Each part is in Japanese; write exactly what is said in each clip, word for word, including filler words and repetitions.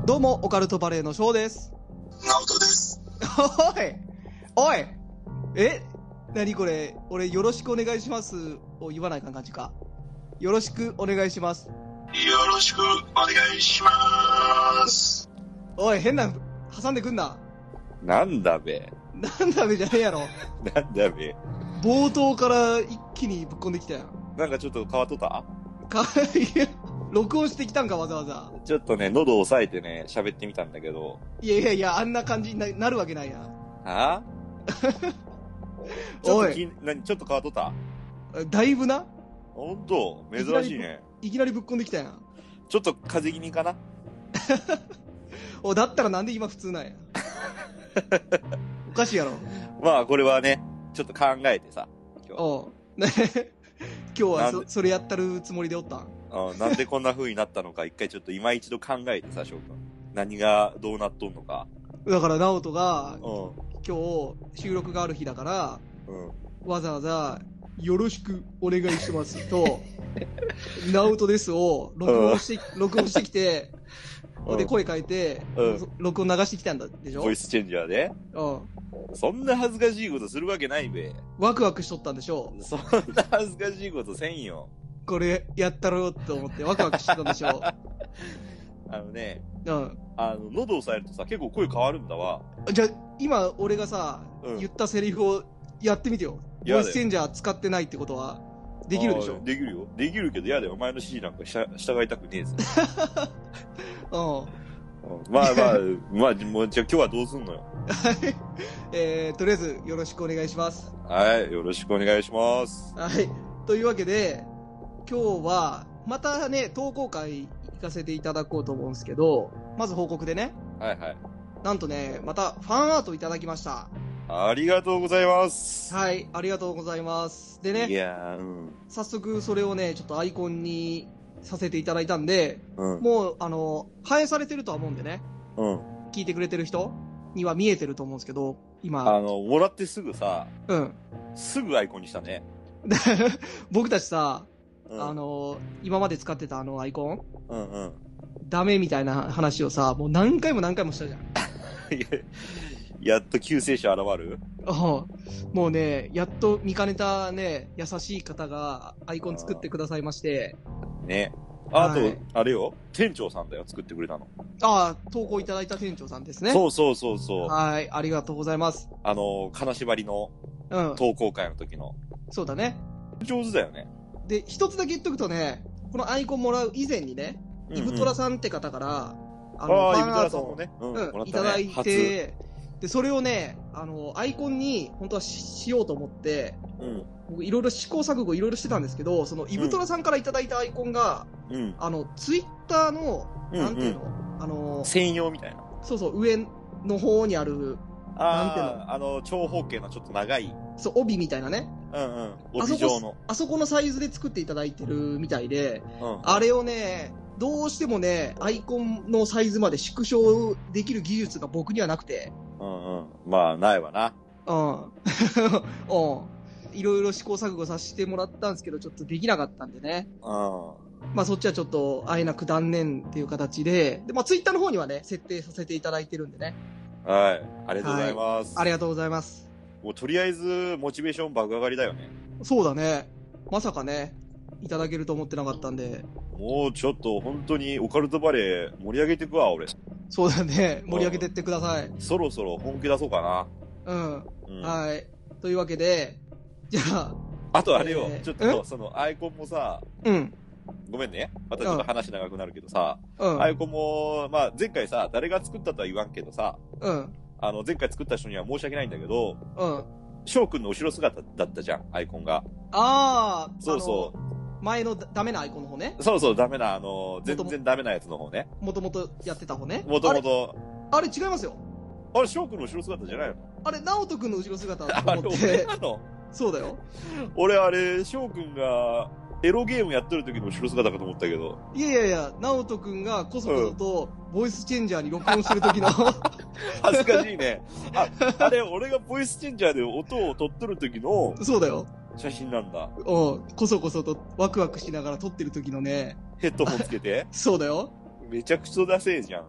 どうも、オカルトバレーのショーです。 ナオトです。 おいおいえ何これ俺、よろしくお願いしますを言わないかん感じか。よろしくお願いします。 よろしくお願いします。 おい、変な、挟んでくんな。 なんだべ。 なんだべじゃねえやろ。 なんだべ。 冒頭から一気にぶっこんできたやん。 なんかちょっと変わっとったかいや、録音してきたんか、わざわざ。 ちょっとね、喉を押さえてね、喋ってみたんだけど。 いやいやいや、あんな感じに な, なるわけないやん。 はちょっとき何ちょっと変わっとっただいぶな。 ほんと珍しいね。 いきなりぶっこんできたやん。 ちょっと風邪気味かなお、だったらなんで今普通なんや。おかしいやろ。 まあこれはね、ちょっと考えてさ。 今日おう、ね、今日は そ, それやったるつもりでおったん。 あなんでこんな風になったのか一回ちょっと今一度考えてさ、翔くん。何がどうなっとんのか。 だから直人が、 うん、 今日収録がある日だから、 うん、 わざわざよろしくお願いしますと直人ですを録音して、うん、録音してきて、うん、で声変えて、うん、録音流してきたんだでしょ。 ボイスチェンジャーで。うん。そんな恥ずかしいことするわけないべ。 ワクワクしとったんでしょ。 そんな恥ずかしいことせんよ。 これやったろうと思ってワクワクしてたんでしょ。 あのね、 うん。 あの、喉を押さえるとさ、結構声変わるんだわ。 じゃあ、今俺がさ、うん、言ったセリフをやってみてよ。ボイスチェンジャー使ってないってことは、できるでしょ。 できるよ。できるけど、やだよ。お前の指示なんかし従いたくねえぞ。 うん。 まあまあ、まあ、もうじゃあ今日はどうすんのよ。 えー、とりあえずよろしくお願いします。 はい、よろしくお願いします。 はい。というわけで、今日は、またね、投稿会行かせていただこうと思うんですけど、まず報告でね。 はいはい。 なんとね、またファンアートいただきました。 ありがとうございます。 はい、ありがとうございます。でね、 いやー、うん。 早速それをね、ちょっとアイコンにさせていただいたんで、 うん、 もう、あの、反映されてるとは思うんでね。 うん。 聞いてくれてる人には見えてると思うんですけど、今。 あの、もらってすぐさ、 うん。 すぐアイコンにしたね。 僕たちさ、 うん、 あの、今まで使ってたあのアイコン、 うんうん。 ダメみたいな話をさ、もう何回も何回もしたじゃん。 やっと救世主現る？ ああ、もうね、やっと見かねたね、優しい方がアイコン作ってくださいまして。 ね。あと、 はい、 あれよ、店長さんだよ、作ってくれたの。 ああ、投稿いただいた店長さんですね。 そうそうそうそう。 はい、ありがとうございます。 あの、金縛りの、投稿会の時の、 うん。そうだね。 上手だよね。 で、一つだけ言っとくとね、このアイコンもらう以前にね、うんうん、イブトラさんって方から、 あの、あイブトラさんもね、 うん、うん、ね、いただいて、で、それをね、あの、アイコンに、本当は し, しようと思って、うん、僕いろいろ試行錯誤いろいろしてたんですけど、その、イブトラさんからいただいたアイコンが、うん、あの、ツイッターの、うんうん、なんていうの、あの、 専用みたいな。 そうそう、上の方にある、なんていうの、 あの、長方形のちょっと長い。 そう、帯みたいなね。 うんうん。帯状の。 あそこ、あそこのサイズで作っていただいてるみたいで、うん、あれをね、どうしてもね、アイコンのサイズまで縮小できる技術が僕にはなくて。 うんうん。まあ、ないわな。 うん。うん。いろいろ試行錯誤させてもらったんですけど、ちょっとできなかったんでね。 うん。 まあそっちはちょっと、あえなく断念っていう形で、で、まあツイッターの方にはね、設定させていただいてるんでね。 はい。ありがとうございます。 はい、ありがとうございます。 もうとりあえず、モチベーション爆上がりだよね。 そうだね。まさかね、いただけると思ってなかったんで。 もうちょっと本当にオカルトバレー盛り上げていくわ、俺。 そうだね。盛り上げてってください。 そろそろ本気出そうかな。 うん。うん、はい。というわけで、じゃあ。 あとあれよ、えー、ちょっとそのアイコンもさ、 うん。 ごめんね。またちょっと話長くなるけどさ、 うん、 アイコンも、まあ前回さ、誰が作ったとは言わんけどさ、 うん。 あの前回作った人には申し訳ないんだけど、 うん。 翔くんの後ろ姿だったじゃん、アイコンが。 ああ、 そうそう。 前のダメなアイコンの方ね。 そうそう、ダメな、あの、全然ダメなやつの方ね。 もともとやってた方ね。 もともと。 あれ違いますよ。 あれ、翔くんの後ろ姿じゃないの？ あれ、直人くんの後ろ姿だと思って。あれ、俺なの？ そうだよ。 俺、あれ、翔くんが、エロゲームやってる時の後ろ姿かと思ったけど。 いやいやいや、直人くんがこそこそと、ボイスチェンジャーに録音する時の、うん、 恥ずかしいね。あ、あれ、俺がボイスチェンジャーで音を取ってる時の、 そうだよ。 写真なんだ。 うん。こそこそとワクワクしながら撮ってる時のね。 ヘッドホンつけてそうだよ。 めちゃくちゃダセえじゃん。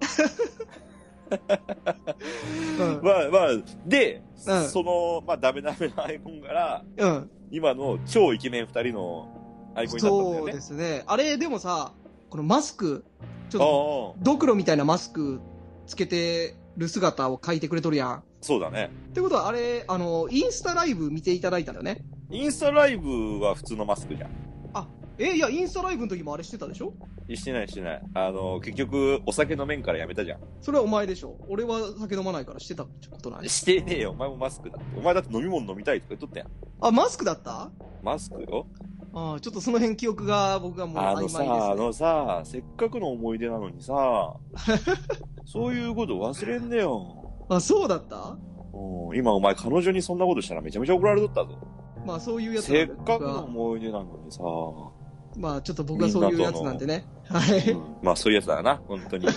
うん、 まあまあ、で、 うん、 その、まあダメダメなアイコンから、 うん、 今の超イケメン二人のアイコンになったんだよね。 そうですね。あれ、でもさ、このマスク、ちょっと、ドクロみたいなマスクつけてる姿を描いてくれとるやん。 そうだね。 ってことは、あれ、あの、インスタライブ見ていただいたんだよね。 インスタライブは普通のマスクじゃん。 あ、え、いや、インスタライブの時もあれしてたでしょ？ してないしてない。あの、結局、お酒飲めんからやめたじゃん。 それはお前でしょ。俺は酒飲まないからしてたことない。 してねえよ。お前もマスクだって。お前だって飲み物飲みたいとか言っとったやん。 あ、マスクだった？ マスクよ。 ああ、ちょっとその辺記憶が僕はもう曖昧ですね。 あのさ、あのさ、せっかくの思い出なのにさ、そういうこと忘れんねよ。 あ、そうだった？ うん、今お前彼女にそんなことしたらめちゃめちゃ怒られとったぞ。 まあそういうやつせっかくの思い出なのにさ。 まあちょっと僕はそういうやつなんでね。はい、 うん。まあそういうやつだな、本当に。はい。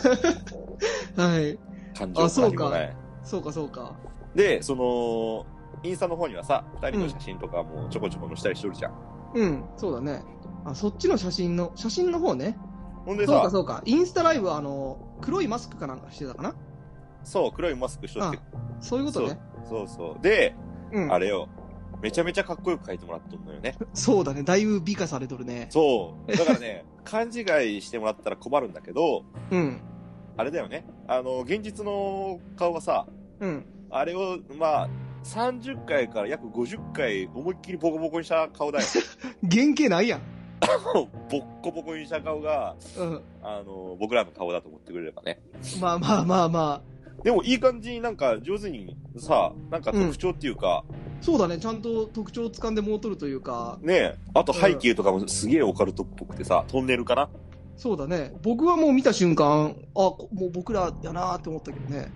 感情も何もない。 そうかそうか。 で、その、インスタの方にはさ、二人の写真とかもちょこちょこ載せたりしとるじゃん。 うん、そうだね。あ、そっちの写真の、写真の方ね。 ほんでさ、 そうかそうか。インスタライブはあの、黒いマスクかなんかしてたかな？ そう、黒いマスクしとって。 そういうことね。 そうそうそう。で、うん、あれよ。めちゃめちゃかっこよく描いてもらっとんのよね。 そうだね。だいぶ美化されとるね。 そう。だからね、勘違いしてもらったら困るんだけど、 うん。 あれだよね。あの、現実の顔はさ、 うん。 あれを、まあ、さんじゅっかいから約ごじゅっかい思いっきりボコボコにした顔だよ。 原型ないやん。 ボッコボコにした顔が、うん、あの、僕らの顔だと思ってくれればね。 まあまあまあまあ。でもいい感じになんか上手にさ、なんか特徴っていうか、うん、 そうだね、ちゃんと特徴を掴んでもうとるというか。 ねえ、あと背景とかもすげえオカルトっぽくてさ、トンネルかな？ そうだね。僕はもう見た瞬間、あ、もう僕らやなーって思ったけどね。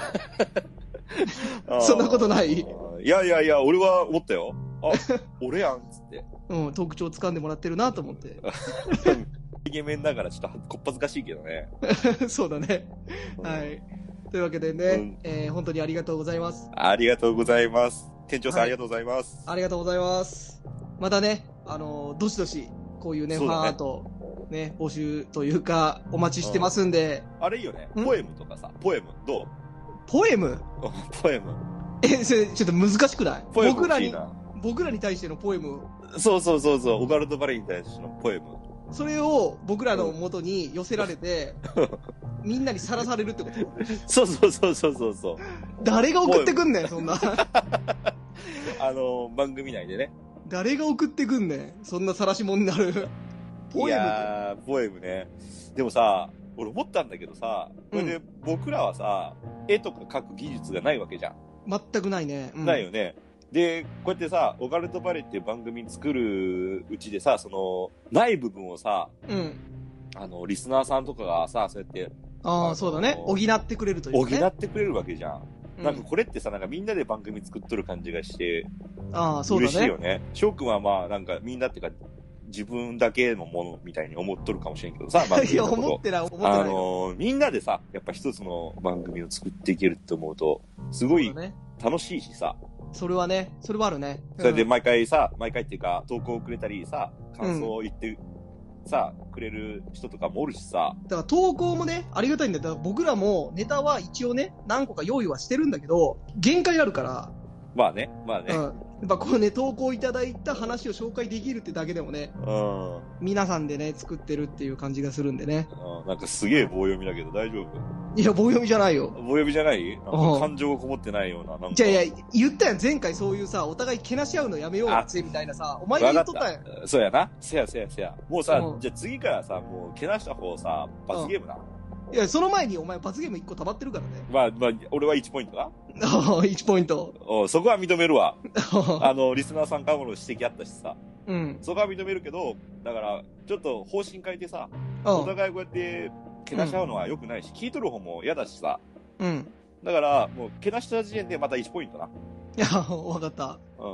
そんなことない？いやいやいや、俺は思ったよ。あ、俺やんっつって。 うん、特徴掴んでもらってるなと思って。 イケメンだからちょっとこっぱずかしいけどね。 そうだね。うん、はい。というわけでね、うん、えー、本当にありがとうございます。 ありがとうございます。店長さん、はい、ありがとうございます。 ありがとうございます。またね、あのー、どしどし、こういうね、ねファンアート、ね、募集というか、お待ちしてますんで。 うん、あれいいよね。ポエムとかさ、ポエム、どう？ ポエム？ ポエム。 え、それ、ちょっと難しくない？ ポエム僕らに、僕らに対してのポエム。 そうそうそうそう、オカルトバレーに対してのポエム。 それを僕らの元に寄せられて、うん、みんなにさらされるってこと？ そうそうそうそうそうそう。 誰が送ってくんねん、そんな。 あの、番組内でね。 誰が送ってくんねん、そんな晒し者になる。 ポエム。いやー、ポエムね。でもさ、俺思ったんだけどさ、これで僕らはさ、うん、絵とか描く技術がないわけじゃん。 全くないね。 うん、ないよね。で、こうやってさ、オカルトバレーっていう番組作るうちでさ、その、ない部分をさ、うん。あの、リスナーさんとかがさ、そうやって、 ああ、そうだね。補ってくれるというか、ね。補ってくれるわけじゃん。うん、なんかこれってさ、なんかみんなで番組作っとる感じがして、 ああ、そうだね。 嬉しいよね。翔くんはまあ、なんかみんなっていうか、自分だけのものみたいに思っとるかもしれんけどさ、 番組のこと。いや、思ってない、思ってない。 あのー、みんなでさ、やっぱ一つの番組を作っていけるって思うと、すごい楽しいしさ。 それはね、それはあるね。 うん、それで毎回さ、毎回っていうか、投稿をくれたりさ、感想を言って、うん、さ、くれる人とかもおるしさ。 だから投稿もね、ありがたいんだよ。だから僕らもネタは一応ね、何個か用意はしてるんだけど、限界あるから。 まあね、まあね。うん。 やっぱこうね、投稿いただいた話を紹介できるってだけでもね、うん。皆さんでね、作ってるっていう感じがするんでね。 うん。なんかすげえ棒読みだけど大丈夫？ いや、棒読みじゃないよ。 棒読みじゃない？なんか感情がこもってないような。なんかじゃあいや、言ったやん、前回そういうさ、お互いけなし合うのやめようって、みたいなさ、お前が言っとったやん。 そうやな。せやせやせや。もうさ、うん、じゃあ次からさ、もうけなした方さ、罰ゲームな。 いや、その前にお前罰ゲームいっこ溜まってるからね。 まあ、まあ、俺はいちポイントな。 いちポイント。 おそこは認めるわ。あの、リスナーさんからも指摘あったしさ。 うん。 そこは認めるけど、だから、ちょっと方針変えてさ、お互いこうやってけなし合うのは良くないし、うん、聞いとる方も嫌だしさ。 うん。 だから、もう、けなした時点でまたいちポイントな。 いや、わかった。 うん。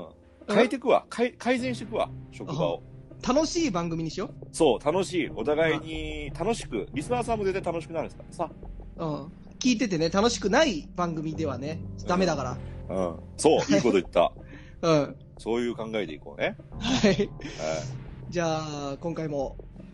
変えてくわ。改善してくわ、職場を。 楽しい番組にしよう。 そう、楽しい。お互いに楽しく、リスナーさんも絶対楽しくなるんですからさ。 うん。聞いててね、楽しくない番組ではね、ダメだから。 うん。うん、そう、いいこと言った。 うん。 そういう考えでいこうね。 はい。はい、じゃあ、今回も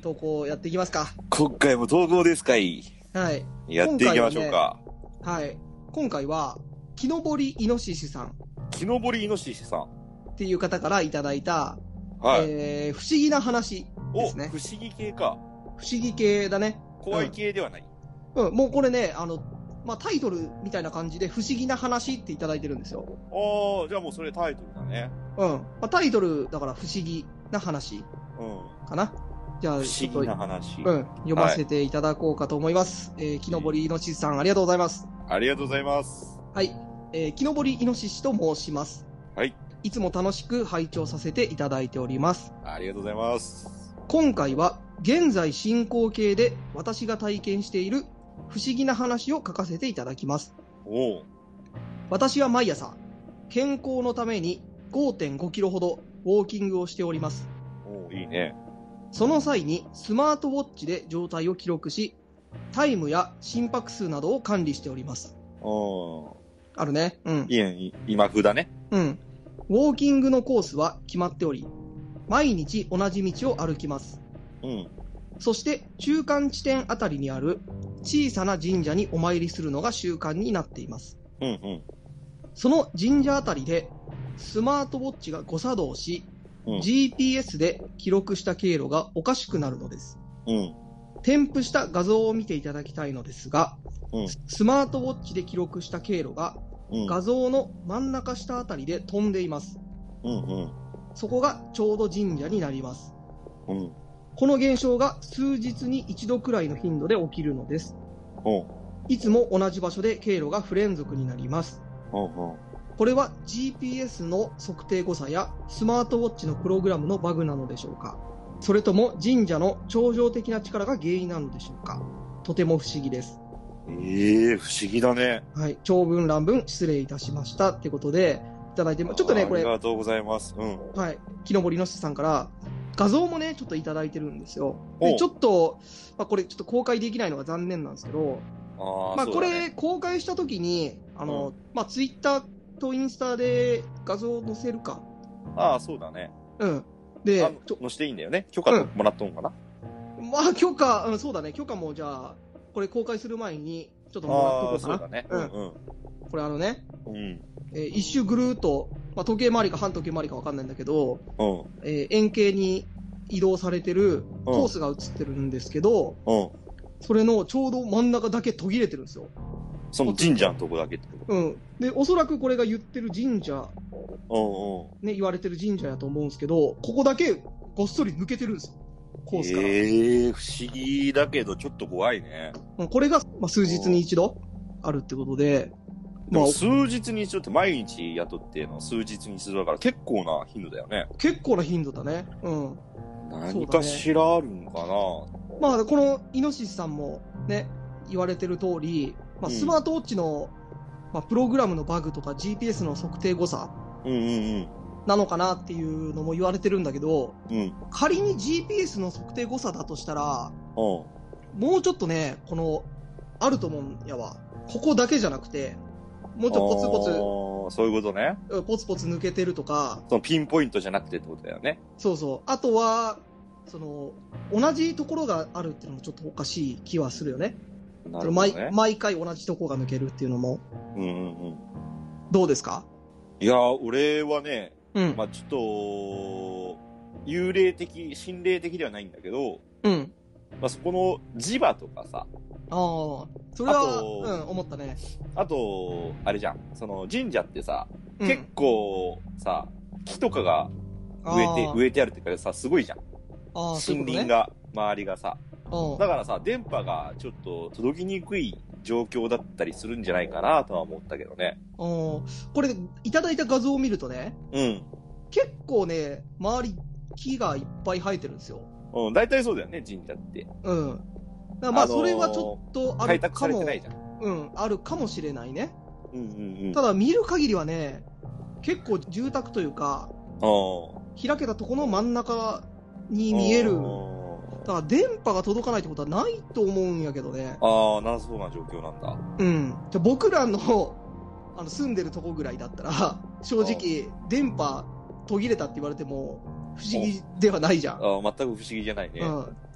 投稿やっていきますか。 今回も投稿ですかい。 はい。 やっていきましょうか。 はい、ね。はい。今回は、木登りイノシシさん。 木登りイノシシさん。 っていう方からいただいた、 はい。 えー、不思議な話ですね。 お、不思議系か。 不思議系だね。 怖い系ではない。 うん、うん、もうこれね、あの、まあ、タイトルみたいな感じで不思議な話っていただいてるんですよ。 ああ、じゃあもうそれタイトルだね。 うん。まあ、タイトルだから不思議な話。うん。かな。じゃあ、 不思議な話。 うん。読ませていただこうかと思います。はい、えー、木登りイノシシさん、ありがとうございます。 ありがとうございます。 はい。えー、木登りイノシシと申します。 はい。 いつも楽しく拝聴させていただいております。 ありがとうございます。 今回は、現在進行形で私が体験している不思議な話を書かせていただきます。 おう。 私は毎朝、健康のために ごてんごキロほどウォーキングをしております。 おう、いいね。 その際にスマートウォッチで状態を記録し、タイムや心拍数などを管理しております。 おー。 あるね。うん。 いい、今風だね。 うん。ウォーキングのコースは決まっており、毎日同じ道を歩きます。 うん。 そして中間地点あたりにある小さな神社にお参りするのが習慣になっています。 うんうん。 その神社あたりでスマートウォッチが誤作動し、うん、ジーピーエス で記録した経路がおかしくなるのです。 うん。 添付した画像を見ていただきたいのですが、うん、スマートウォッチで記録した経路が画像の真ん中下あたりで飛んでいます。うんうん、そこがちょうど神社になります。うん、この現象が数日に一度くらいの頻度で起きるのです。うん、いつも同じ場所で経路が不連続になります。うんうん、これは ジーピーエス の測定誤差やスマートウォッチのプログラムのバグなのでしょうか。それとも神社の超常的な力が原因なのでしょうか。とても不思議です。 ええー、不思議だね。 はい。長文乱文失礼いたしました。ってことで、いただいて、ちょっとね、これ。 ありがとうございます。うん。 はい。木登りのしさんから、画像もね、ちょっといただいてるんですよ。で、ちょっと、まあ、これちょっと公開できないのが残念なんですけど、あまあ、これ、公開したときに、あの、うん、まあ、ツイッターとインスタで画像載せるか。 ああ、そうだね。 うん。で、 載していいんだよね。許可もらっとんかな、 うん、まあ、許可、うん、そうだね。許可もじゃあ、これ公開する前に、ちょっともらっとこうかな。 そうだね。うん、うん。 これあのね、 うん。 えー、一周ぐるーっと、まあ、時計回りか半時計回りかわかんないんだけど、うん。えー、円形に移動されてるコースが映ってるんですけど、うん。それのちょうど真ん中だけ途切れてるんですよ。 その神社のとこだけってこと？ うん。で、おそらくこれが言ってる神社、うんうん。ね、言われてる神社やと思うんですけど、ここだけごっそり抜けてるんですよ。コースから。 ええー、不思議だけどちょっと怖いね。 これが、まあ、数日に一度あるってことで、 まあ、数日に一度って毎日雇っての数日に一度だから結構な頻度だよね。 結構な頻度だね。うん。 何かしらあるんかな、ね、 まあ、このイノシシさんもね、言われてる通り、まあ、スマートウォッチの、うん、まあ、プログラムのバグとか ジーピーエス の測定誤差。うんうんうん。なのかなっていうのも言われてるんだけど、うん、仮に ジーピーエス の測定誤差だとしたら、うん、もうちょっとね、この、あると思うんやわ。ここだけじゃなくて、もうちょっとポツポツ。 そういうことね。 ポツポツ抜けてるとか。 そのピンポイントじゃなくてってことだよね。 そうそう。あとは、その、同じところがあるっていうのもちょっとおかしい気はするよね。なるほどね。毎、毎回同じとこが抜けるっていうのも。うんうんうん。どうですか？ いや、俺はね、うん、まあちょっと、幽霊的、心霊的ではないんだけど、うん。まあそこの磁場とかさ。 ああ、それは、うん、思ったね。 あと、あれじゃん、その神社ってさ、うん、結構さ、木とかが植えて、植えてあるっていうかさ、すごいじゃん。あ森林が、周りがさ。だからさ、電波がちょっと届きにくい状況だったりするんじゃないかなとは思ったけどね。 これ、いただいた画像を見るとね、うん。結構ね、周り木がいっぱい生えてるんですよ。 うん、大体そうだよね、神社って。 うん。だからまあ、それはちょっとあるかも。 開拓されてないじゃん。 うん、あるかもしれないね。うんうんうん。ただ見る限りはね、結構住宅というか、開けたとこの真ん中に見える。だから電波が届かないってことはないと思うんやけどね。 ああ、なそうな状況なんだ。 うん。じゃ僕らの、あの、住んでるとこぐらいだったら、正直、電波途切れたって言われても、不思議ではないじゃん。 ああ、全く不思議じゃないね。うん。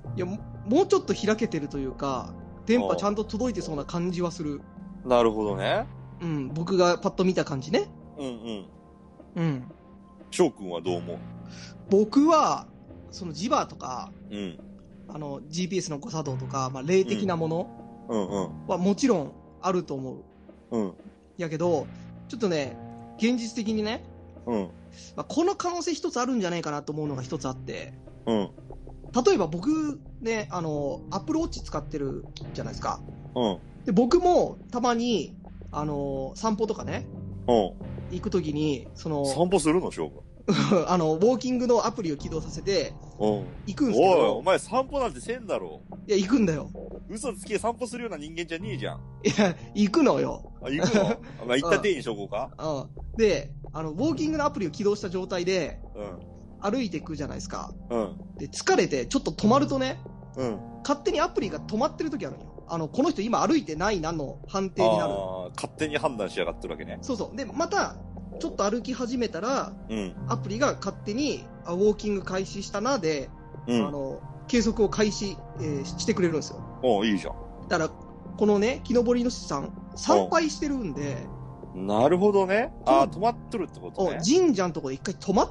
いや、もうちょっと開けてるというか、電波ちゃんと届いてそうな感じはする。 なるほどね。 うん、僕がパッと見た感じね。 うんうん。 うん。 翔くんはどう思う？ 僕は、その磁場とか、 うん。 あの、ジーピーエス の誤作動とか、まあ、霊的なものはもちろんあると思う。 うん。 やけど、ちょっとね、現実的にね、 うん。 まあ、この可能性一つあるんじゃないかなと思うのが一つあって、 うん。 例えば僕ね、あの、アップルウォッチ使ってるじゃないですか。 うん。 で、僕もたまに、あの、散歩とかね、 うん。 行くときに、その、 散歩するの翔くん？ あの、ウォーキングのアプリを起動させて、 うん。 行くんすけど。 おい、お前散歩なんてせんだろ。 いや、行くんだよ。 嘘つき散歩するような人間じゃねえじゃん。 いや、行くのよ。 あ、行くの？まあ、行った手にしとこうか。 うん。で、あの、ウォーキングのアプリを起動した状態で、 うん。 歩いていくじゃないですか。 うん。 で、疲れて、ちょっと止まるとね、 うん。 勝手にアプリが止まってる時あるのよ。あの、この人今歩いてないなの判定になる。 ああ、勝手に判断しやがってるわけね。 そうそう。で、また、ちょっと歩き始めたら、 うん。 アプリが勝手に、あ、ウォーキング開始したなで、 うん。 あの、計測を開始、えーしてくれるんですよ。 おいいじゃん。 だから、このね、木登りのさん、参拝してるんで。 なるほどね。ああ、止まっとるってことね。 神社のところで一回止まって、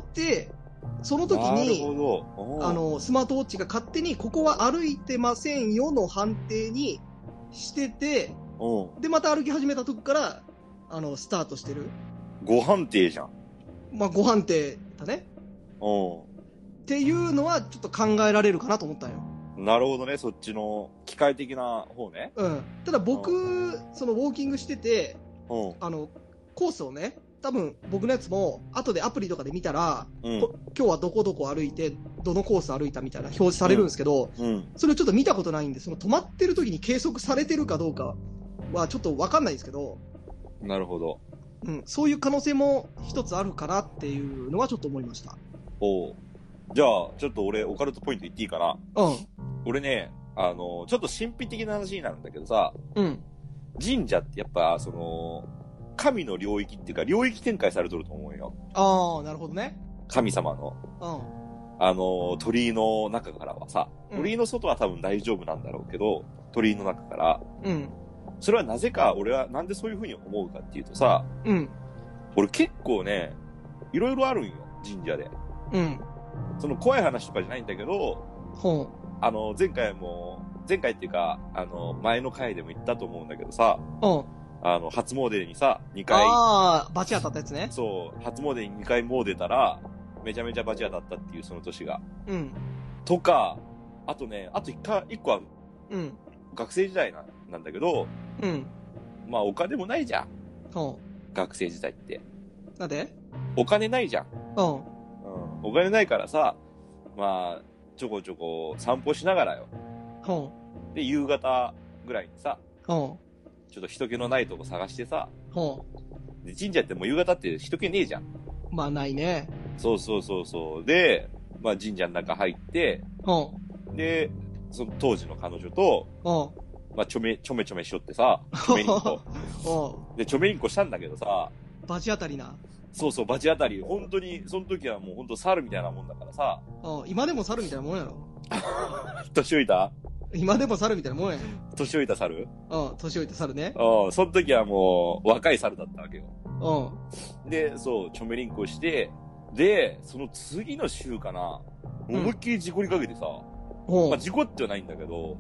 その時に、 なるほど。 あの、スマートウォッチが勝手に、ここは歩いてませんよの判定にしてて、で、また歩き始めたとこから、あの、スタートしてる。 ご判定じゃん。 まあ、ご判定だね。 うん。 っていうのは、ちょっと考えられるかなと思ったんよ。 なるほどね、そっちの機械的な方ね。 うん。ただ僕、そのウォーキングしてて、 うん。 あの、コースをね、多分僕のやつも後でアプリとかで見たら、 うん、 今日はどこどこ歩いてどのコース歩いたみたいな表示されるんですけど、 うんうん、 それをちょっと見たことないんで、その止まってる時に計測されてるかどうかはちょっと分かんないですけど、 なるほど、 うん、そういう可能性も一つあるかなっていうのはちょっと思いました。 おう、じゃあちょっと俺オカルトポイント言っていいかな。 うん。 俺ね、あのちょっと神秘的な話になるんだけどさ、 うん、 神社ってやっぱその神の領域っていうか領域展開されとると思うよ。 ああ、なるほどね。 神様の。 うん。 あの、鳥居の中からはさ、鳥居の外は多分大丈夫なんだろうけど、鳥居の中から。 うん。 それはなぜか、俺はなんでそういう風に思うかっていうとさ、 うん。 俺結構ね、いろいろあるんよ、神社で。 うん。 その怖い話とかじゃないんだけど、 ほう。 あの、前回も、前回っていうか、あの、前の回でも言ったと思うんだけどさ、 うん。 あの、初詣にさ、にかい。 ああ、バチ当たったやつね。 そう、初詣ににかい詣出たら、めちゃめちゃバチ当たったっていう、その年が。 うん。 とか、あとね、あと一回、一個ある。 うん。 学生時代な、なんだけど、 うん。 まあお金もないじゃん。 ほう。学生時代って。 なんで？ お金ないじゃん。 うん。 うん。お金ないからさ、まあ、ちょこちょこ散歩しながらよ。 ほう。で、夕方ぐらいにさ、 ほう。 ちょっと人気のないとこ探してさ、 ほう。で、神社ってもう夕方って人気ねえじゃん。 まあないね。 そうそうそうそう。で、まあ神社の中入って、 ほう。で、その当時の彼女と、 ほう。まあちょめ、ちょめちょめしよってさ、ちょめりんこ。 ほう。で、ちょめりんこしたんだけどさ、 バチ当たりな。 そうそう、バチ当たり。本当に、その時はもう本当猿みたいなもんだからさ。 うん、今でも猿みたいなもんやろ。 年老いた？ 今でも猿みたいなもんやん。 年老いた猿？ うん、年老いた猿ね。 うん、その時はもう若い猿だったわけよ。 うん。 で、そう、ちょめりんこして、で、その次の週かな、思いっきり事故りかけてさ、うん、まあ事故ってはないんだけど、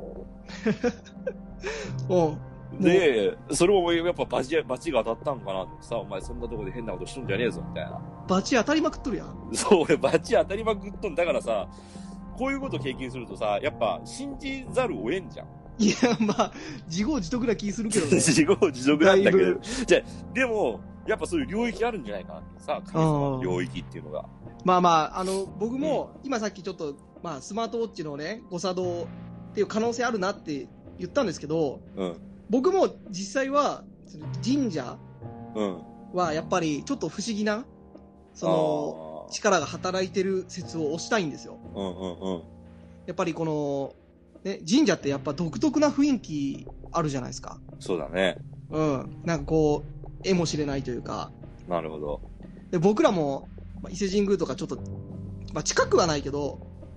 うん。 で、それもやっぱバチ、バチが当たったんかなってさ、お前そんなとこで変なことしとんじゃねえぞ、みたいな。 バチ当たりまくっとるやん。 そう、俺バチ当たりまくっとんだからさ、こういうこと経験するとさ、やっぱ信じざるを得んじゃん。 いや、まあ、自業自得な気するけどね。 自業自得なんだけど。じゃでも、やっぱそういう領域あるんじゃないかなってさ、神様の領域っていうのが。 まあまあ、あの、僕も、うん、今さっきちょっと、まあ、スマートウォッチのね、誤作動っていう可能性あるなって言ったんですけど、 うん、 僕も実際は、神社はやっぱりちょっと不思議な、その、力が働いてる説を推したいんですよ。 うんうんうん、 やっぱりこの、ね、神社ってやっぱ独特な雰囲気あるじゃないですか。 そうだね。 うん。なんかこう、絵も知れないというか。 なるほど。 で僕らも、まあ、伊勢神宮とかちょっと、まあ、近くはないけど、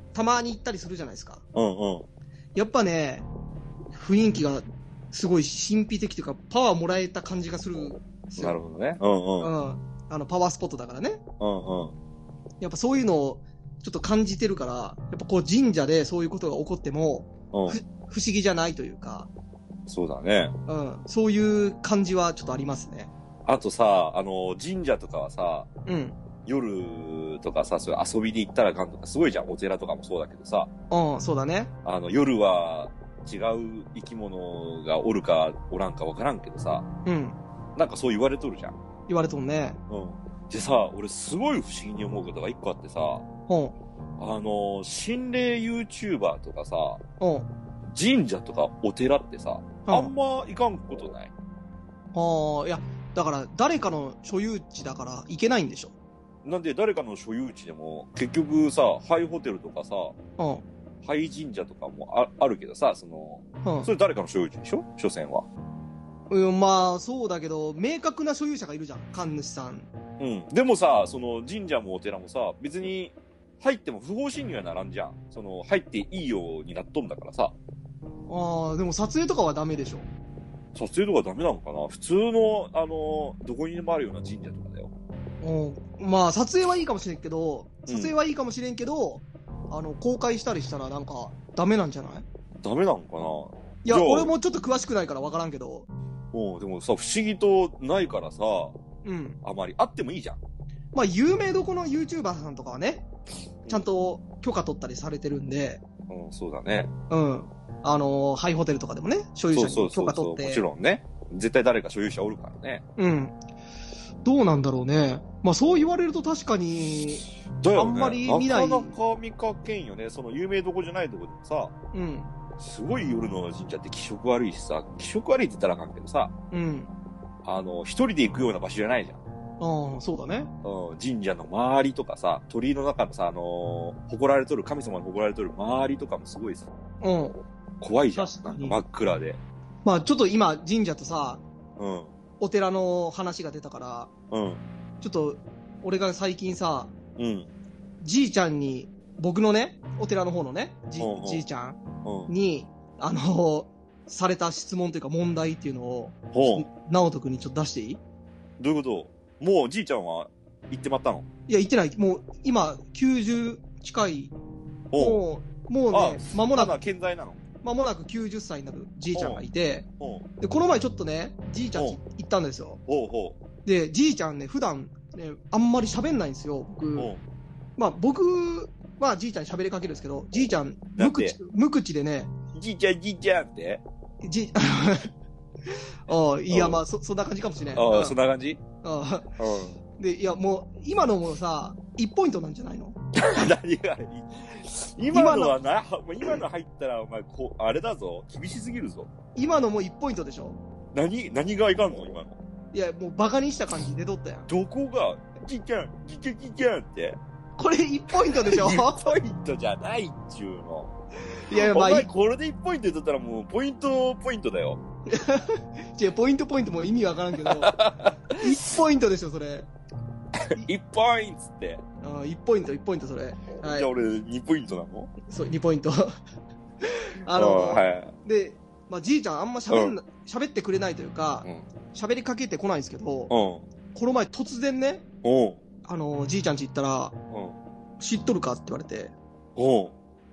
たまに行ったりするじゃないですか。 うんうん。 やっぱね、雰囲気がすごい神秘的というか、パワーもらえた感じがするんですよ。 なるほどね。うんうん。 うん。あの、パワースポットだからね。 うんうん。 やっぱそういうのをちょっと感じてるから、やっぱこう神社でそういうことが起こっても、うん、不思議じゃないというか。 そうだね。 うん。そういう感じはちょっとありますね。 あとさ、あの、神社とかはさ、 うん。 夜とかさ、そういう遊びに行ったらかんとかすごいじゃん。お寺とかもそうだけどさ。 うん、そうだね。 あの、夜は違う生き物がおるかおらんかわからんけどさ。 うん。 なんかそう言われとるじゃん。 言われとるね。 うん。でさ、俺すごい不思議に思うことが一個あってさ。 うん。あの、心霊 YouTuber とかさ。 うん。 神社とかお寺ってさ、うん、あんま行かんことない？ ああ、いや、だから誰かの所有地だから行けないんでしょ。 なんで誰かの所有地でも、結局さ、ハイホテルとかさ、 うん。 ハイ神社とかも あ, あるけどさ、その、うん、それ誰かの所有地でしょ？所詮は。 うん、まあ、そうだけど、明確な所有者がいるじゃん、神主さん。 うん。でもさ、その神社もお寺もさ、別に入っても不法侵入はならんじゃん。その、入っていいようになっとんだからさ。 ああ、でも撮影とかはダメでしょ。 撮影とかダメなのかな？普通の、あの、どこにでもあるような神社とかだよ。 うん。まあ、撮影はいいかもしれんけど、撮影はいいかもしれんけど、うん、あの、公開したりしたらなんか、ダメなんじゃない？ ダメなのかな？ いや、俺もちょっと詳しくないから分からんけど。 うん、でもさ、不思議とないからさ、 うん。 あまり、あってもいいじゃん。 まあ、有名どこの YouTuber さんとかはね、ちゃんと許可取ったりされてるんで。 うん、そうだね。 うん。あのー、ハイホテルとかでもね、所有者に許可取って。そうそうそうそう、 もちろんね。絶対誰か所有者おるからね。 うん。どうなんだろうね。まあそう言われると確かに、 だよね、 あんまり見ない。 なかなか見かけんよね。その有名どこじゃないとこでもさ。 うん。 すごい夜の神社って気色悪いしさ、気色悪いって言ったらあかんけどさ。 うん。 あの、一人で行くような場所じゃないじゃん。 ああ、そうだね。 うん、神社の周りとかさ、鳥居の中のさ、あのー、誇られとる、神様に誇られとる周りとかもすごいさ。 うん。 怖いじゃん。なんか真っ暗で。 まあちょっと今、神社とさ、 うん。 お寺の話が出たから、 うん。 ちょっと、俺が最近さ、 うん。 じいちゃんに、僕のね、お寺の方のね、じ、 うんうん、 じいちゃんに、うん、あの、された質問というか問題っていうのを、直人君にちょっと出していい？ どういうこと？もうじいちゃんは行ってまったの？ いや、行ってない。もう、今、きゅうじゅう近い。もう、もうね、間もなく。 健在なの？ 間もなくきゅうじゅっさいになるじいちゃんがいて、で、この前ちょっとね、じいちゃんち行ったんですよ。 ほうほうで、じいちゃんね、普段、ね、あんまり喋んないんですよ、僕。まあ、僕はじいちゃんに喋りかけるんですけど、じいちゃん、無口、無口でね。 じいちゃん、じいちゃんって？ じ、ああ、いや、まあ、そ、そんな感じかもしれない。 ああ、そんな感じ？ ああ。で、いや、もう、今のもさ、いちポイントなんじゃないの？ 何が今のはな、今の入ったら、お前、こう、あれだぞ。厳しすぎるぞ。 今のもいちポイントでしょ？ 何、何がいかんの今の。 いや、もうバカにした感じ出とったやん。 どこが、じいちゃん、じいちゃん、じいちゃんって。 これいちポイントでしょ？ いち ポイントじゃないっちゅうの。 いや、まあ、 お前これでいちポイント取ったらもう、ポイント、ポイントだよ。 違う、ポイントポイントも意味わからんけど、いちポイントでしょ、それ。 いちポイントっつって。 ああ、いちポイント、いちポイント、それ。はい。 じゃあ俺、にポイントなの？ そう、にポイント。あの、 はい、 で、まあ、じいちゃんあんま喋んな、喋、うん、ってくれないというか、喋、うん、りかけてこないんですけど、うん、この前突然ね、 うん、 あの、じいちゃん家行ったら、うん、知っとるかって言われて、 うん、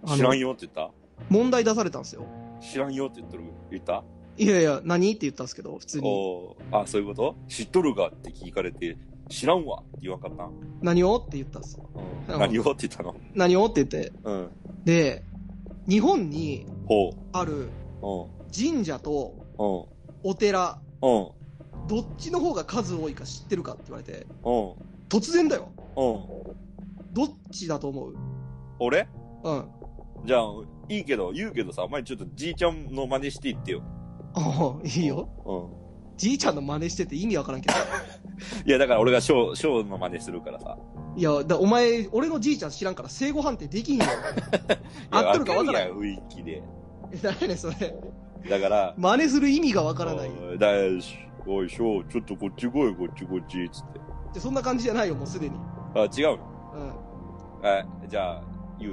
知らんよって言った？ 問題出されたんですよ。 知らんよって言っとる、言った？ いやいや、何って言ったんですけど、普通に。 おあ、そういうこと？知っとるかって聞かれて、知らんわって言わんかったん？ 何をって言ったんですよ。 うん、何をって言ったの？ 何をって言って。 うん。 で、日本にある神社とお寺、どっちの方が数多いか知ってるかって言われて、突然だよ。どっちだと思う？ 俺？ うん。 じゃあ、いいけど、言うけどさ、お前ちょっとじいちゃんの真似して言ってよ。 ああ、いいよ。 うん。 じいちゃんの真似してって意味わからんけど。 いや、だから俺がショー、ショーの真似するからさ。 いや、だ、お前、俺のじいちゃん知らんから正誤判定できんよ。合ってるかわからん。 雰囲気で。 え、だよね、それ。 だから。 真似する意味がわからない。 だよし、おい、ショー、ちょっとこっち来い、こっちこっち、つって。 じゃ、そんな感じじゃないよ、もうすでに。 あ、違うの？ うん。 はい、じゃあ、言うよ。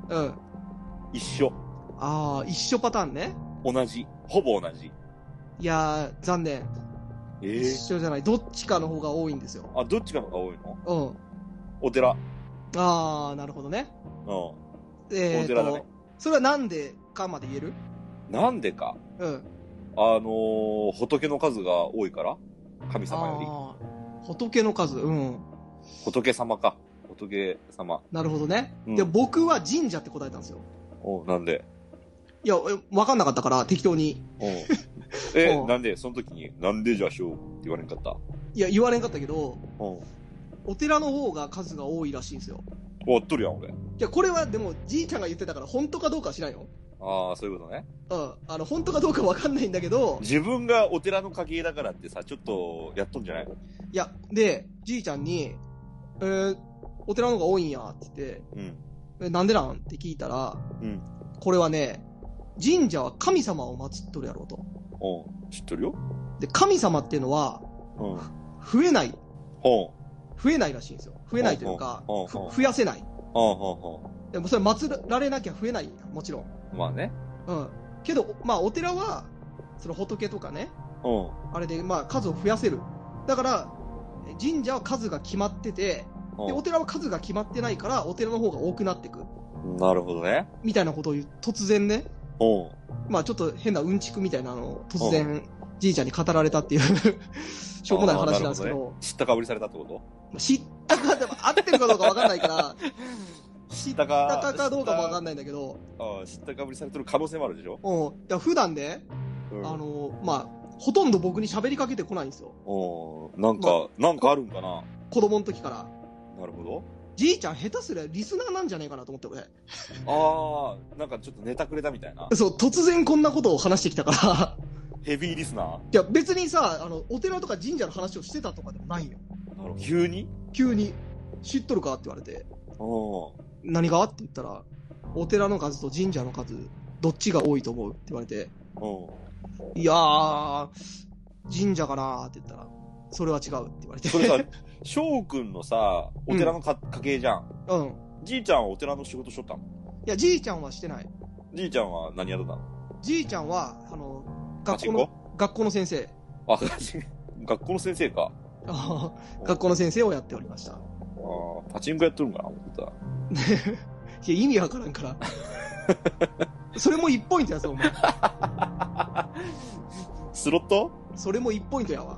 うん。 一緒。 ああ、一緒パターンね。 同じ。ほぼ同じ。 いやー、残念。 えー、 一緒じゃない。どっちかの方が多いんですよ。 あ、どっちかの方が多いの？ うん。 お寺。 ああ、なるほどね。 うん。 えーと、 お寺だね。 それはなんでかまで言える？ なんでか。 うん。 あのー、仏の数が多いから？神様より。 ああ、仏の数、うん。 仏様か。仏様。 なるほどね。 うん、 で、僕は神社って答えたんですよ。 お、なんで？ いや、わかんなかったから適当に。 え、なんでその時に、なんでじゃあしようって言われんかった？ いや、言われんかったけど、お寺の方が数が多いらしいんですよ。 おっとるやん、俺。いや、これはでも、じいちゃんが言ってたから、本当かどうかは知らんよ。 ああ、そういうことね。 うん。あの、本当かどうかわかんないんだけど。 自分がお寺の家系だからってさ、ちょっと、やっとんじゃないの？いや、で、じいちゃんに、えー、お寺の方が多いんや、って言って、うん。え、なんでなんって聞いたら、うん。これはね、神社は神様を祀っとるやろうと。 うん。知っとるよ。 で、神様っていうのは、うん。増えない。 ほう。増えないらしいんですよ。増えないというか、増やせない。ほうほうほう。でもそれ祀られなきゃ増えないやん、もちろん。 まあね。 うん。けど、まあお寺は、その仏とかね、うん。あれで、まあ数を増やせる。だから、神社は数が決まってて、で、お寺は数が決まってないから、お寺の方が多くなってく。 なるほどね。 みたいなことを言う、突然ね。 うん。 まあちょっと変なうんちくみたいなのを突然、じいちゃんに語られたっていうしょうもない話なんですけど。 どね、知ったかぶりされたってこと？ 知ったか、でも合ってるかどうかわかんないから、知ったかかどうかもわかんないんだけど。 ああ、知ったかぶりされてる可能性もあるでしょ？ うん。いや、普段ね、うん、あの、まあ、ほとんど僕に喋りかけてこないんですよ。 おなんか、まあ、なんかあるんかな？ 子供の時から。 なるほど。 じいちゃん下手すりゃリスナーなんじゃないかなと思って俺。 ああ、なんかちょっとネタくれたみたいな。 そう、突然こんなことを話してきたからヘビーリスナー？いや、別にさ、あの、お寺とか神社の話をしてたとかでもないよ。 なるほど。急に急に。知っとるかって言われて。何がって言ったら、お寺の数と神社の数、どっちが多いと思うって言われて。いやー、神社かなーって言ったら、それは違うって言われて。 それさ、翔くんのさ、お寺のか、うん、家系じゃん。うん。じいちゃんはお寺の仕事しとったの？ いや、じいちゃんはしてない。 じいちゃんは何やってたの？ じいちゃんは、あの、学校の、学校の先生。 あ、学校の先生か。 学校の先生をやっておりました。ああ、パチンコやっとるんかな思ったら。 いや、意味わからんから。それもいちポイントやぞ、お前。 スロット？ それもいちポイントやわ。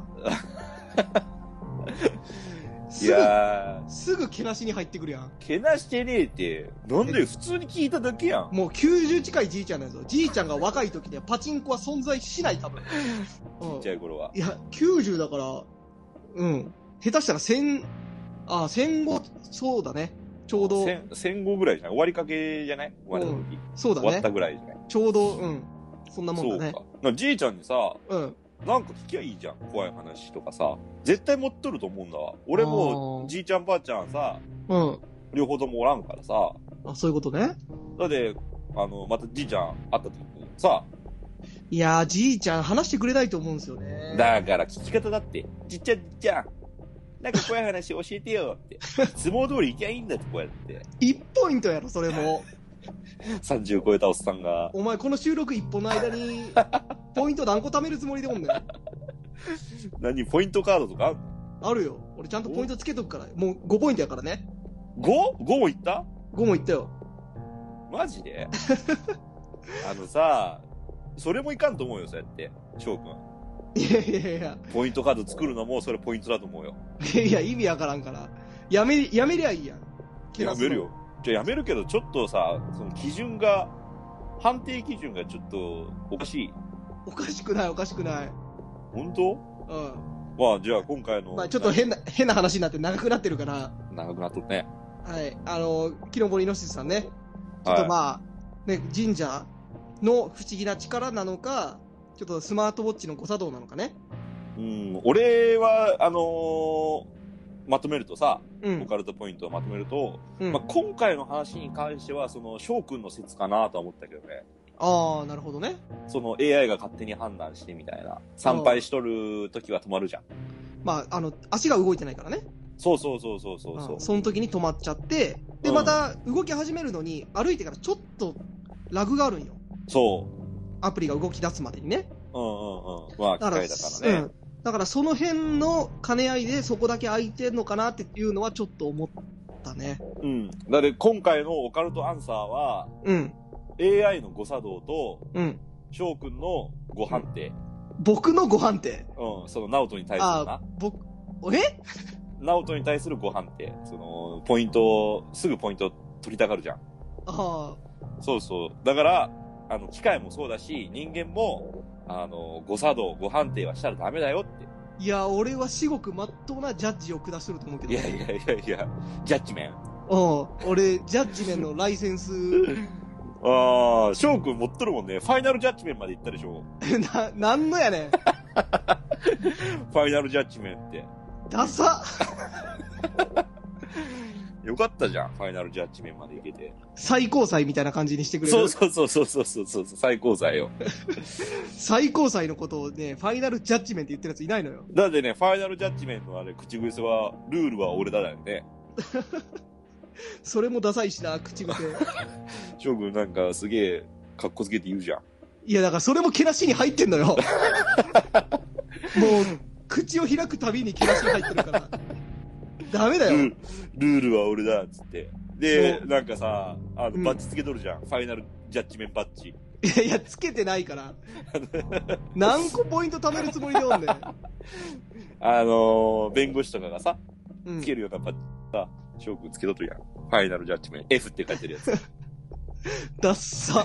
いやー。 すぐけなしに入ってくるやん。 けなしてねえって。なんで普通に聞いただけやん。 もうきゅうじゅう近いじいちゃんなんやぞ。じいちゃんが若い時でパチンコは存在しない、多分。 ちっちゃい頃は。 いや、きゅうじゅうだから、うん。下手したら戦、あ、戦後、そうだね。ちょうど。 戦、戦後ぐらいじゃない？終わりかけじゃない？終わりの時、うん。 そうだね。 終わったぐらいじゃない？ ちょうど、うん。そんなもんだね。 そうか。じいちゃんにさ、うん。なんか聞きゃいいじゃん。怖い話とかさ。絶対持っとると思うんだわ。俺も、じいちゃんばあちゃんさ、うん。両方ともおらんからさ。 あ、そういうことね。 だって、あの、またじいちゃん会った時にさ。 いやー、じいちゃん話してくれないと思うんですよね。 だから聞き方だって。じっちゃん、じっちゃん。なんか怖い話教えてよって。相撲通り行きゃいいんだって、こうやって。 いちポイントやろ、それも。 さんじゅう超えたおっさんが。 お前、この収録いっぽんの間に、ポイント何個貯めるつもりでおんねん。 何ポイントカードとかある？ あるよ。俺ちゃんとポイントつけとくから。もうごポイントやからね。 ご？ ご もいった？ ご もいったよ。 マジで？あのさ、それもいかんと思うよ、そうやって。翔くん。 いやいやいや。 ポイントカード作るのもそれポイントだと思うよ。 いやいや、意味わからんから。やめ、やめりゃいいやん。 やめるよ。じゃあやめるけど、ちょっとさ、その基準が、判定基準がちょっとおかしい。 おかしくない、おかしくない。 本当？うん。まあ、じゃあ今回の。 まあちょっと変な、変な話になって長くなってるから。 長くなっとるね。 はい。あの、木の森のしずさんね。ちょっとまあ、はい、ね、神社の不思議な力なのか、ちょっとスマートウォッチの誤作動なのかね。 うん、俺は、あのー、まとめるとさ、うん、オカルトポイントをまとめると、うん、まあ、今回の話に関しては、その、翔くんの説かなとは思ったけどね。 ああ、なるほどね。 その エーアイ が勝手に判断してみたいな。参拝しとる時は止まるじゃん。 まあ、あの、足が動いてないからね。 そうそうそうそうそうそう。 その時に止まっちゃって、で、また動き始めるのに、歩いてからちょっとラグがあるんよ。 そう。 アプリが動き出すまでにね。 うんうんうん。まあ、機械だからね。うん。 だからその辺の兼ね合いでそこだけ空いてんのかなっていうのはちょっと思ったね。 うん。だって今回のオカルトアンサーは、うん。エーアイ の誤作動と、うん。翔くんの誤判定。うん、 僕の誤判定うん。その、ナオトに対するな。あ、 僕、えナオトに対する誤判定。その、ポイントを、すぐポイント取りたがるじゃん。ああ。そうそう。だから、あの、機械もそうだし、人間も、あの、誤作動、誤判定はしたらダメだよって。 いや、俺は至極真っ当なジャッジを下してると思うけど。 いやいやいやいや、ジャッジメン。 うん。俺、ジャッジメンのライセンス。 ああ、翔くん持っとるもんね。ファイナルジャッジメンまで行ったでしょ。 な、なんのやねん。ファイナルジャッジメンって。 ダサよかったじゃん、ファイナルジャッジメンまで行けて。 最高裁みたいな感じにしてくれる。 そうそうそうそうそうそう、最高裁よ。 最高裁のことをね、ファイナルジャッジメンって言ってるやついないのよ。 だってね、ファイナルジャッジメンのあれ、口癖は、ルールは俺だだよね。 それもダサいしな、口癖。 翔くんなんかすげえ、かっこつけて言うじゃん。 いや、だからそれもけなしに入ってんのよ。もう、口を開くたびにけなしに入ってるから。ダメだよ。 ル, ルールは俺だ、つって。で、なんかさ、あの、バッジつけとるじゃん。うん、ファイナルジャッジメンバッジ。 いやいや、つけてないから。何個ポイント貯めるつもりでおんねん。あのー、弁護士とかがさ、つけるようなバッジさ、翔くんつけとるやん。ファイナルジャッジメン。F って書いてるやつ。 ダッサ。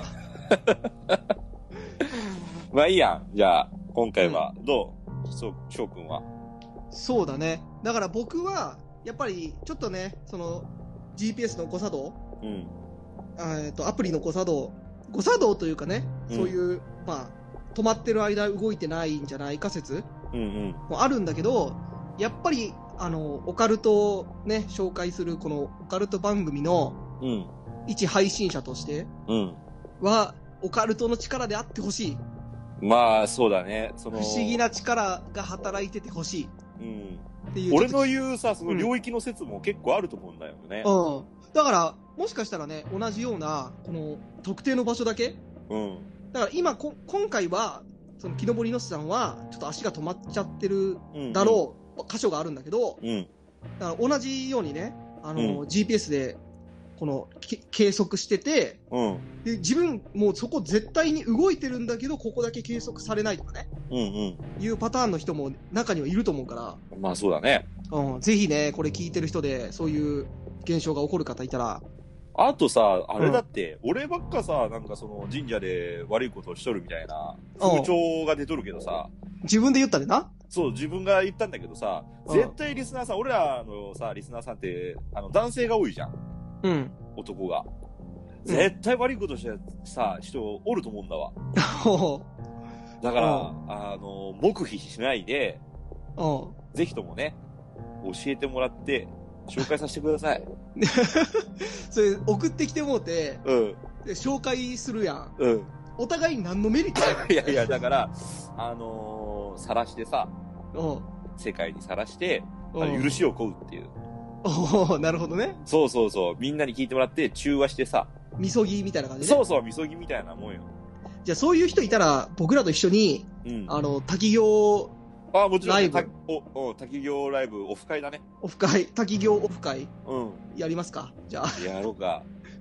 まあいいやん。じゃあ、今回はどう、うん、そう、翔くんは。 そうだね。だから僕は、やっぱり、ちょっとね、その、ジーピーエス の誤作動、うん、えっと、アプリの誤作動、誤作動というかね、うん、そういう、まあ、止まってる間動いてないんじゃないか説もあるんだけど、うんうん、やっぱり、あの、オカルトをね、紹介するこのオカルト番組の、うん、一配信者としては、うん、オカルトの力であってほしい。 まあ、そうだね。その不思議な力が働いててほしい。うんっていう俺の言うさ、その領域の説も結構あると思うんだよね。 うん。だから、もしかしたらね、同じような、この、特定の場所だけうん。だから今、こ今回は、その、木登りのすさんは、ちょっと足が止まっちゃってるだろう、うんうん、箇所があるんだけど、うん。だから同じようにね、あの、うん、ジーピーエス で、この、計測してて、うん。で、自分、もうそこ絶対に動いてるんだけど、ここだけ計測されないとかね。うんうん。いうパターンの人も中にはいると思うから。 まあそうだね。 うん。ぜひね、これ聞いてる人で、そういう現象が起こる方いたら。 あとさ、あれだって、うん、俺ばっかさ、なんかその神社で悪いことをしとるみたいな風潮が出とるけどさ。 自分で言ったでな。 そう、自分が言ったんだけどさ、絶対リスナーさん、俺らのさ、リスナーさんって、あの、男性が多いじゃん。うん。男が。絶対悪いことしてさ、人おると思うんだわ。だから、あの、黙秘しないで、ぜひともね、教えてもらって、紹介させてください。 それ、送ってきてもうて、うん。で紹介するやん。うん。お互い何のメリットあるいやいや、だから、あのー、晒してさ、うん。世界に晒して、あの許しを請うっていう。 おおなるほどね。 そうそうそう。みんなに聞いてもらって、中和してさ。 みそぎみたいな感じで、ね。そうそう、みそぎみたいなもんよ。 じゃあそういう人いたら、僕らと一緒に、うん、あの、滝行あ、もちろん、ライブ。お、お、滝行ライブ、オフ会だね。 オフ会、滝行オフ会。うん。やりますかじゃあ。 やろうか。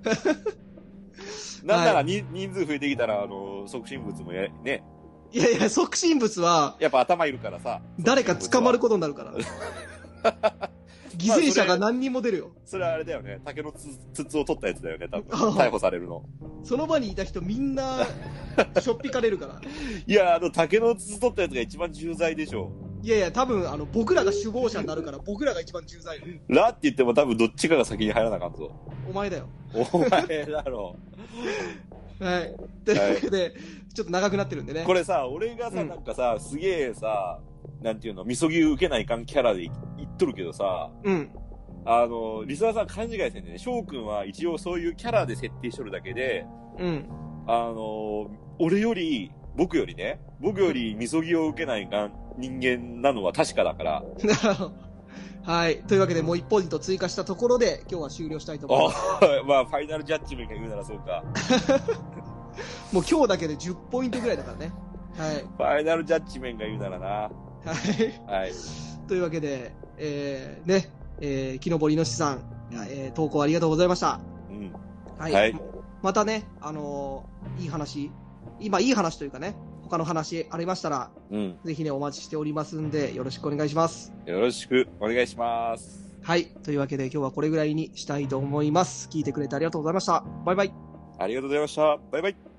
なんなら、はい、人数増えてきたら、あの、促進物もや、ね。 いやいや、促進物は、 やっぱ頭いるからさ。 誰か捕まることになるから。犠牲者が何人も出るよ。 そ, それはあれだよね。竹のつ筒を取ったやつだよね、多分。逮捕されるの。 その場にいた人みんな、しょっぴかれるから。 いや、あの、竹の筒取ったやつが一番重罪でしょ。 いやいや、多分、あの、僕らが首謀者になるから、僕らが一番重罪。 らって言っても多分どっちかが先に入らなあかんぞ。 お前だよ。 お前だろ。 はい。というわけで、はい、ちょっと長くなってるんでね。 これさ、俺がさ、うん、なんかさ、すげえさ、なんていうの、みそぎ受けないかんキャラで言っとるけどさ、うん。あの、リスナーさん勘違いせんでね、翔くんは一応そういうキャラで設定しとるだけで、うん。あの、俺より、僕よりね、僕よりみそぎを受けないがん人間なのは確かだから。 はい。というわけで、もういちポイント追加したところで、今日は終了したいと思います。 まあ、ファイナルジャッジメントが言うならそうか。 もう今日だけでじゅっポイントぐらいだからね。はい。 ファイナルジャッジメントが言うならな。はい。 はい。というわけで、えー、ね、えー、木登りのしさん、えー、投稿ありがとうございました。うん。はい。はい、またね、あのー、いい話、今いい話というかね、他の話ありましたら、うん、ぜひね、お待ちしておりますんで、よろしくお願いします。 よろしくお願いします。 はい。というわけで今日はこれぐらいにしたいと思います。聞いてくれてありがとうございました。バイバイ。 ありがとうございました。バイバイ。